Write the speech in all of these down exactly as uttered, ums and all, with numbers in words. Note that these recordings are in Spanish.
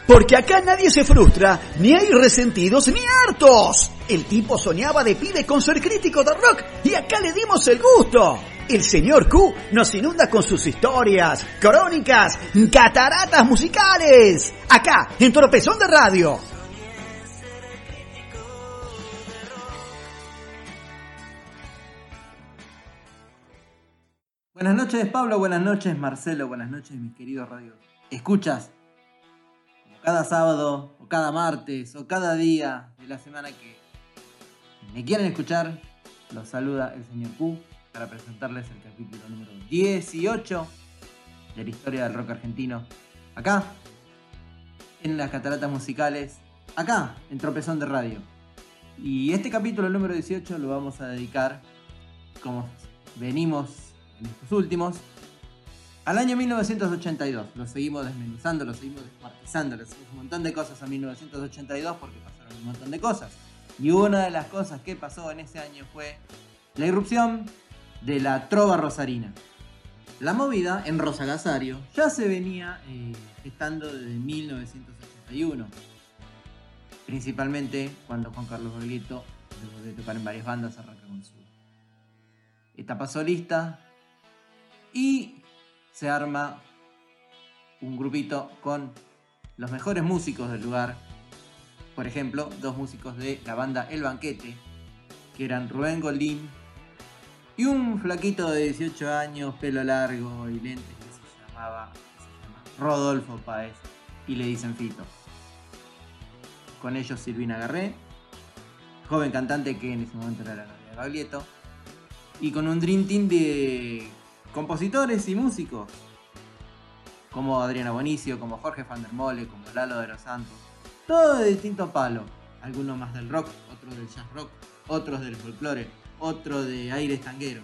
Porque acá nadie se frustra, ni hay resentidos ni hartos. El tipo soñaba de pibe con ser crítico de rock y acá le dimos el gusto. El señor Q nos inunda con sus historias, crónicas, cataratas musicales. Acá, en Tropezón de Radio. Buenas noches, Pablo. Buenas noches, Marcelo. Buenas noches, mis queridos radio escuchas. Como cada sábado, o cada martes, o cada día de la semana que me quieran escuchar, los saluda el señor Q para presentarles el capítulo número dieciocho de la historia del rock argentino. Acá, en las cataratas musicales, acá, en Tropezón de Radio. Y este capítulo número dieciocho lo vamos a dedicar, como venimos en estos últimos, al año mil novecientos ochenta y dos. Lo seguimos desmenuzando, lo seguimos descuartizando, le hacemos un montón de cosas a mil novecientos ochenta y dos porque pasaron un montón de cosas. Y una de las cosas que pasó en ese año fue la irrupción de la trova rosarina. La movida en Rosagasario ya se venía eh, gestando desde mil novecientos ochenta y uno. Principalmente cuando Juan Carlos Baglietto, luego de tocar en varias bandas, arranca con su etapa solista y se arma un grupito con los mejores músicos del lugar. Por ejemplo, dos músicos de la banda El Banquete, que eran Rubén Goldín y un flaquito de dieciocho años, pelo largo y lentes, que se llamaba que se llama Rodolfo Páez, y le dicen Fito. Con ellos Silvina Garré, joven cantante que en ese momento era la novia de Baglietto, y con un dream team de compositores y músicos como Adriana Bonicio, como Jorge van der Mole, como Lalo de los Santos, todo de distinto palo, algunos más del rock, otros del jazz rock, otros del folclore, otros de aires tangueros.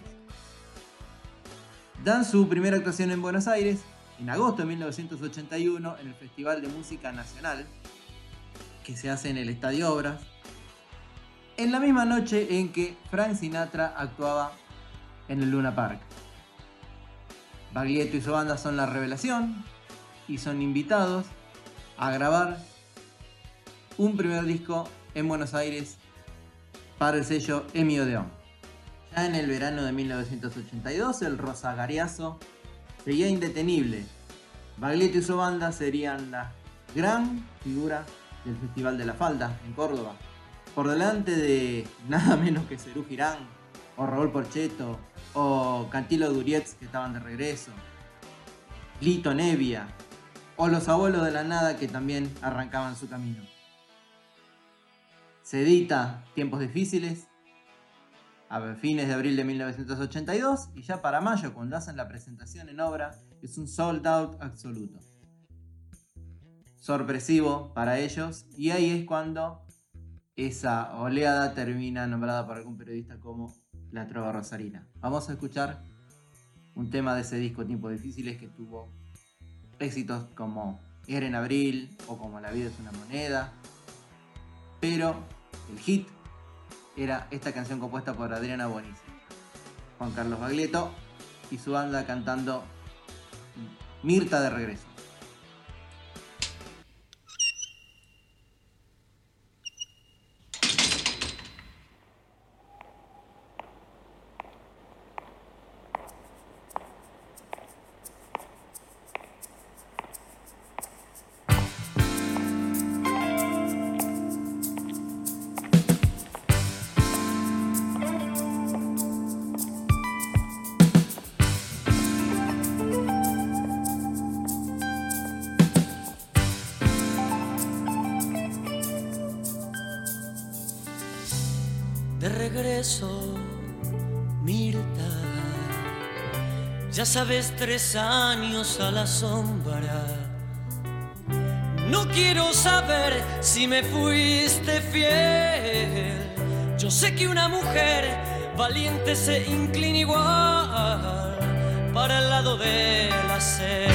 Dan su primera actuación en Buenos Aires en agosto de mil novecientos ochenta y uno en el Festival de Música Nacional que se hace en el Estadio Obras, en la misma noche en que Frank Sinatra actuaba en el Luna Park. Baglietto y su banda son la revelación y son invitados a grabar un primer disco en Buenos Aires para el sello EMI Odeón. Ya en el verano de mil novecientos ochenta y dos el rosagariazo seguía indetenible. Baglietto y su banda serían la gran figura del Festival de la Falda en Córdoba, por delante de nada menos que Serú Girán o Raúl Porchetto o Cantilo Durietz, que estaban de regreso, Lito Nevia o los Abuelos de la Nada, que también arrancaban su camino. Se edita Tiempos Difíciles a fines de abril de mil novecientos ochenta y dos y ya para mayo, cuando hacen la presentación en obra, es un sold out absoluto. Sorpresivo para ellos, y ahí es cuando esa oleada termina nombrada por algún periodista como la trova rosarina. Vamos a escuchar un tema de ese disco Tiempos Difíciles que tuvo éxitos como Era en Abril o como La Vida es una Moneda, pero el hit era esta canción compuesta por Adriana Bonicio, Juan Carlos Baglietto y su banda cantando Mirta de regreso. De regreso, Mirta, ya sabes, tres años a la sombra. No quiero saber si me fuiste fiel. Yo sé que una mujer valiente se inclina igual para el lado de la sed.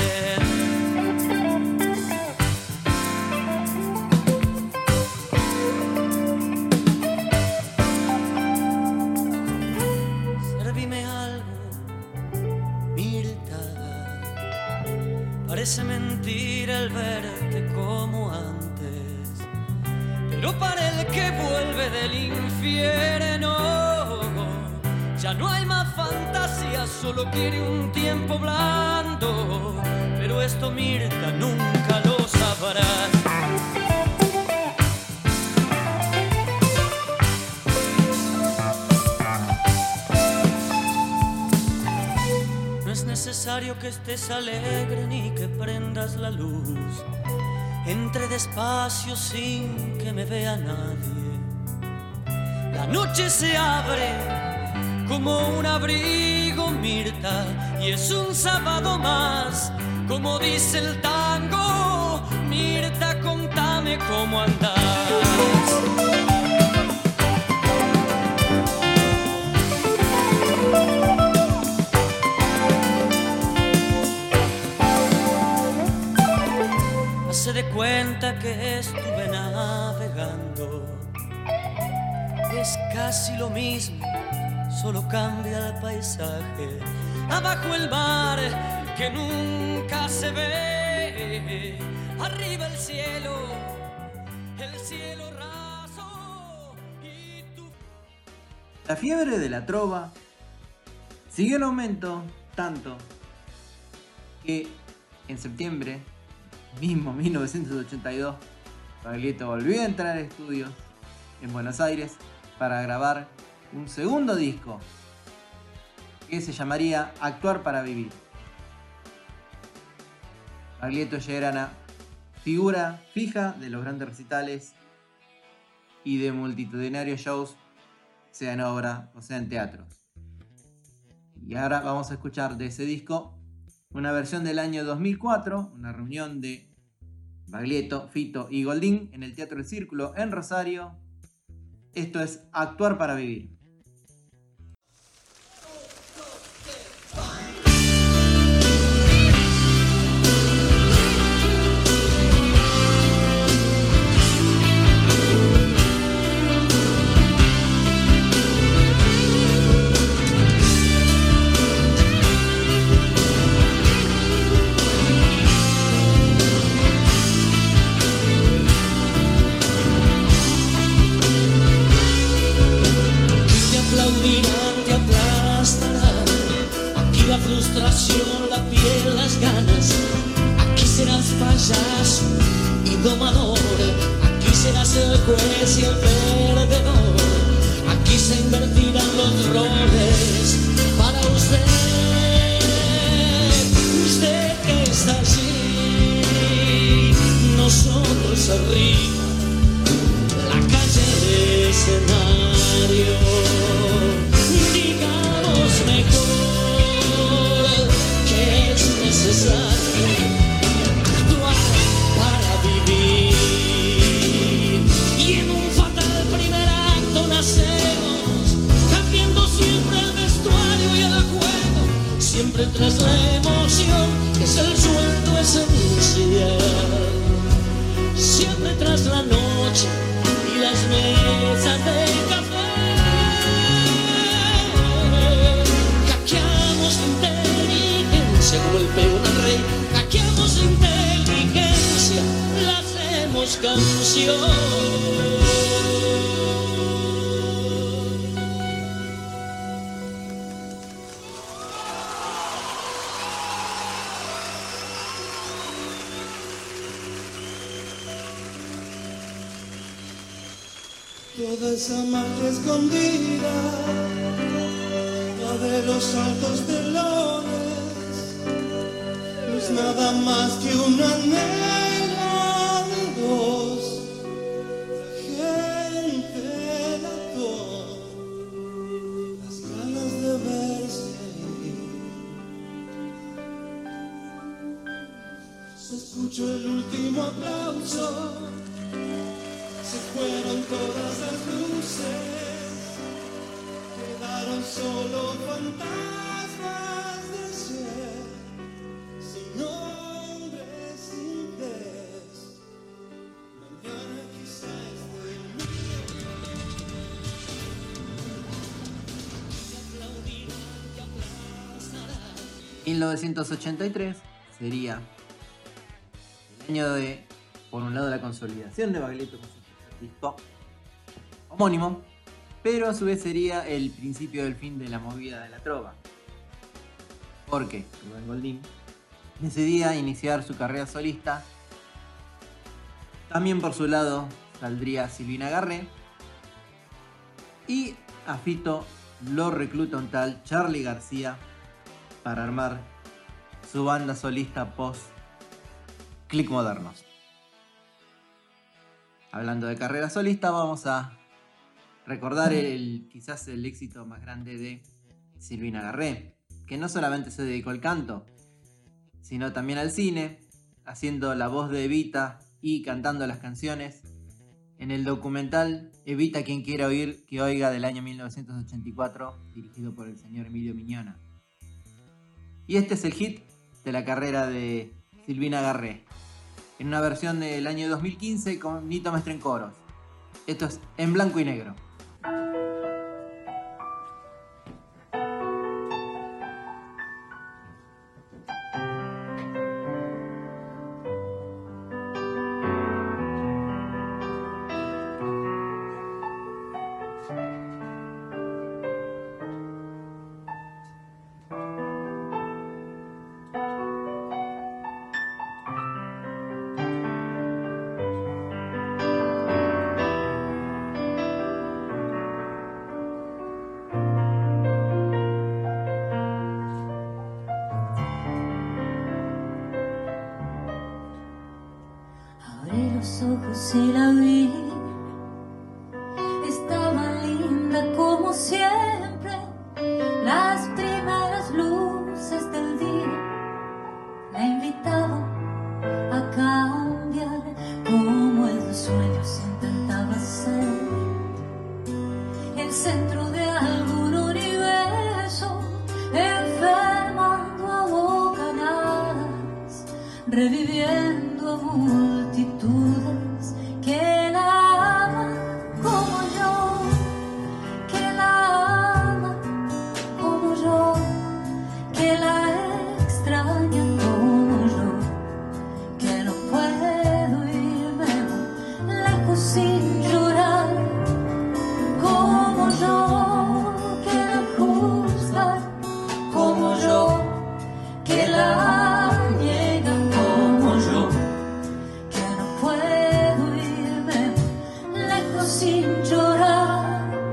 Parece mentira el verte como pero para el que vuelve del infierno ya no hay más fantasía, solo quiere un tiempo blando, pero esto Mirta nunca lo sabrá. No es necesario que estés alegre ni que prendas la luz. Entre despacio sin que me vea nadie. La noche se abre como un abrigo, Mirta, y es un sábado más, como dice el tango. Mirta, contame cómo andás. Hace de cuenta que estuve navegando. Es casi lo mismo, solo cambia el paisaje. Abajo el mar que nunca se ve. Arriba el cielo, el cielo raso y tu... La fiebre de la trova siguió en aumento tanto que en septiembre mismo mil novecientos ochenta y dos, Baglietto volvió a entrar a estudios en Buenos Aires para grabar un segundo disco que se llamaría Actuar para Vivir. Baglietto ya era una figura fija de los grandes recitales y de multitudinarios shows, sea en obra o sea en teatros. Y ahora vamos a escuchar de ese disco una versión del año dos mil cuatro, una reunión de Baglietto, Fito y Goldín en el Teatro El Círculo en Rosario. Esto es Actuar para Vivir. Frustración, la piel, las ganas. Aquí serás payaso y domador. Aquí serás el juez y el perdedor. Aquí se invertirán los roles para usted. Usted que está allí, nosotros arriba, la calle de escenario. Digamos mejor actuar para vivir. Y en un fatal primer acto nacemos, cambiando siempre el vestuario y el juego, siempre tras la emoción que es el sueldo esencial, siempre tras la noche y las mesas de café. Hackeamos inteligencia, golpeo al rey, hackeamos inteligencia, la hacemos canción. Toda esa magia escondida va de los altos telones, no es nada más que un anhelo de dos, gente latón, las ganas de verse. Se escuchó el último aplauso. Se fueron todas las luces, quedaron solo fantasmas de ser, sin nombre, sin pez. Mañana quizá esté en mil novecientos ochenta y tres sería el año de, por un lado, la consolidación de Baglietto con su tercer disco homónimo, pero a su vez sería el principio del fin de la movida de la trova, porque Rubén Goldín decidía iniciar su carrera solista. También por su lado saldría Silvina Garré, y a Fito lo recluta un tal Charly García para armar su banda solista post Click Modernos. Hablando de carrera solista, vamos a recordar el, quizás el éxito más grande de Silvina Garré, que no solamente se dedicó al canto, sino también al cine, haciendo la voz de Evita y cantando las canciones en el documental Evita quien quiera oír que oiga, del año mil novecientos ochenta y cuatro, dirigido por el señor Emilio Miñona. Y este es el hit de la carrera de Silvina Garré, en una versión del año dos mil quince con Nito Mestre en coros. Esto es En Blanco y Negro. Los ojos y la vi, estaba linda como siempre. Las primeras luces del día la invitaban a cambiar, como en los sueños intentaba ser el centro de algún universo, enfermando a bocanadas, reviviendo a multitudes que la aman como yo, que la aman como yo, que la extrañan como yo, que no puedo irme muy lejos sin llorar como yo, que la juzgan como yo, que la niegan como yo, que no puedo irme lejos sin llorar.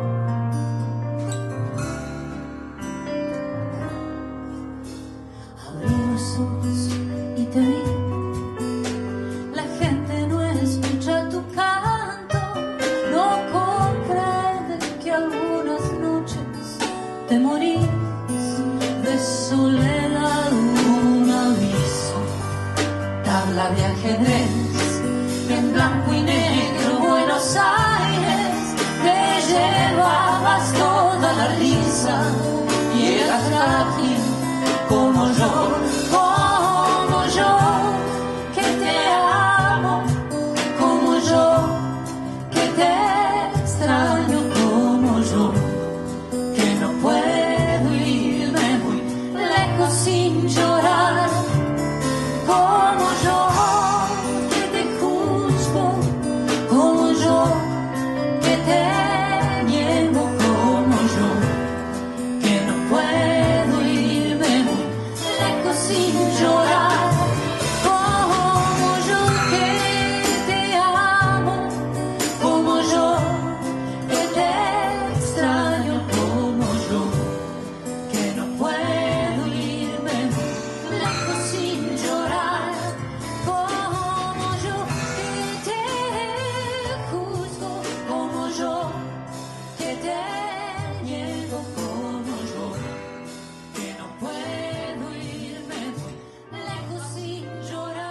Abrí los ojos y te vi. La gente no escucha tu canto, no comprende que algunas noches te morís de soledad. Un aviso, tabla de ajedrez, en blanco y negro, Buenos Aires, te llevabas toda la risa y eras frágil como yo, como yo, que te amo, como yo, que te extraño, como yo, que no puedo irme muy lejos sin llorar, como yo, que te juzgo, como yo, que te niego, como yo, que no puedo irme muy lejos sin llorar, como yo, que te amo, como yo, que te extraño, como yo, que no puedo irme muy lejos sin llorar, como yo, que te juzgo, como yo, que te niego, como yo, que no puedo irme muy lejos sin llorar.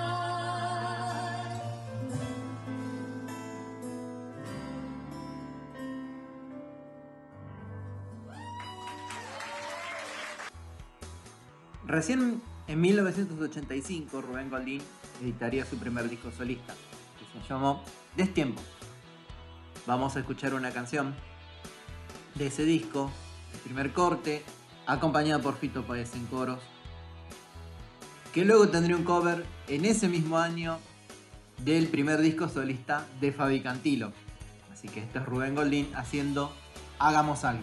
Recién en mil novecientos ochenta y cinco, Rubén Goldín editaría su primer disco solista, que se llamó Destiempo. Vamos a escuchar una canción de ese disco, el primer corte, acompañada por Fito Páez en coros, que luego tendría un cover en ese mismo año del primer disco solista de Fabi Cantilo. Así que esto es Rubén Goldín haciendo Hagamos Algo.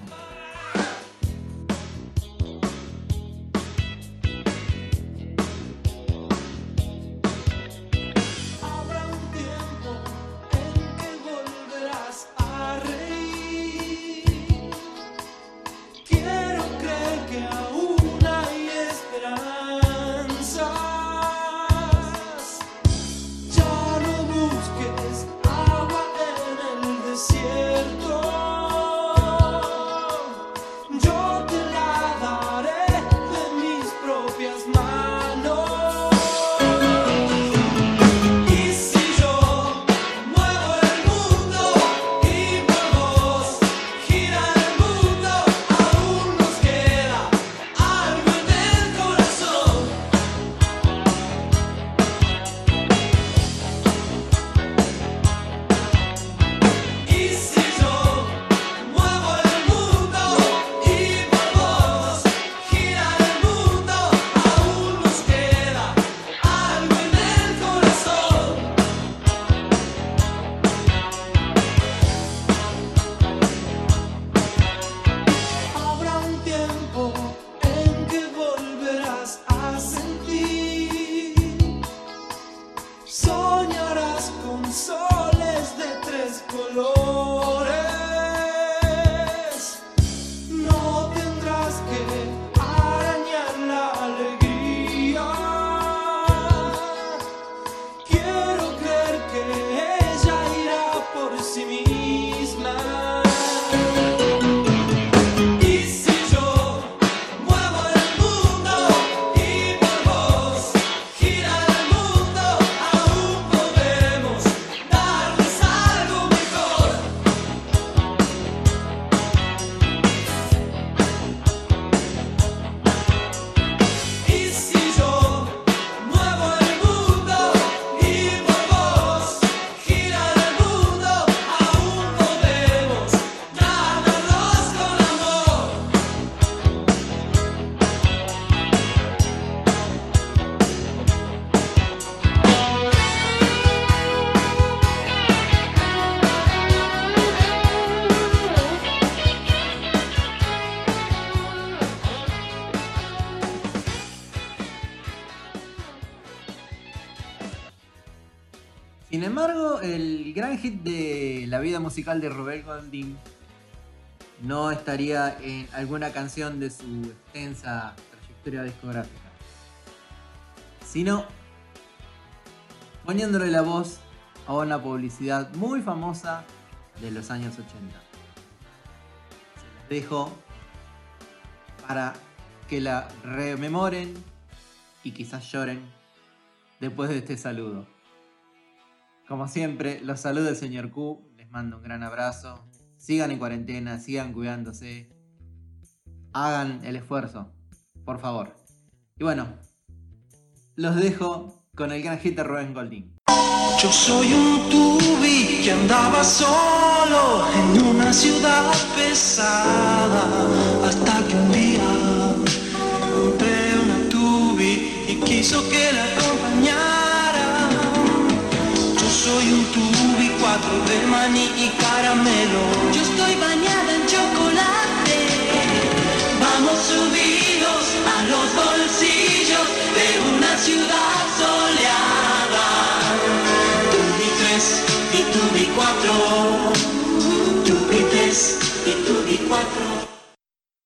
Sin embargo, el gran hit de la vida musical de Rubén Goldín no estaría en alguna canción de su extensa trayectoria discográfica, sino poniéndole la voz a una publicidad muy famosa de los años ochenta. Se las dejo para que la rememoren y quizás lloren después de este saludo. Como siempre, los saluda el señor Q, les mando un gran abrazo. Sigan en cuarentena, sigan cuidándose. Hagan el esfuerzo, por favor. Y bueno, los dejo con el gran hit de Rubén Goldín. Yo soy un tubi que andaba solo en una ciudad pesada, hasta que un día encontré una tubi y quiso que la acompañara. Soy un tubi, cuatro de maní y caramelo. Yo estoy bañada en chocolate. Vamos subidos a los bolsillos de una ciudad soleada. Tubi tres y tubi cuatro.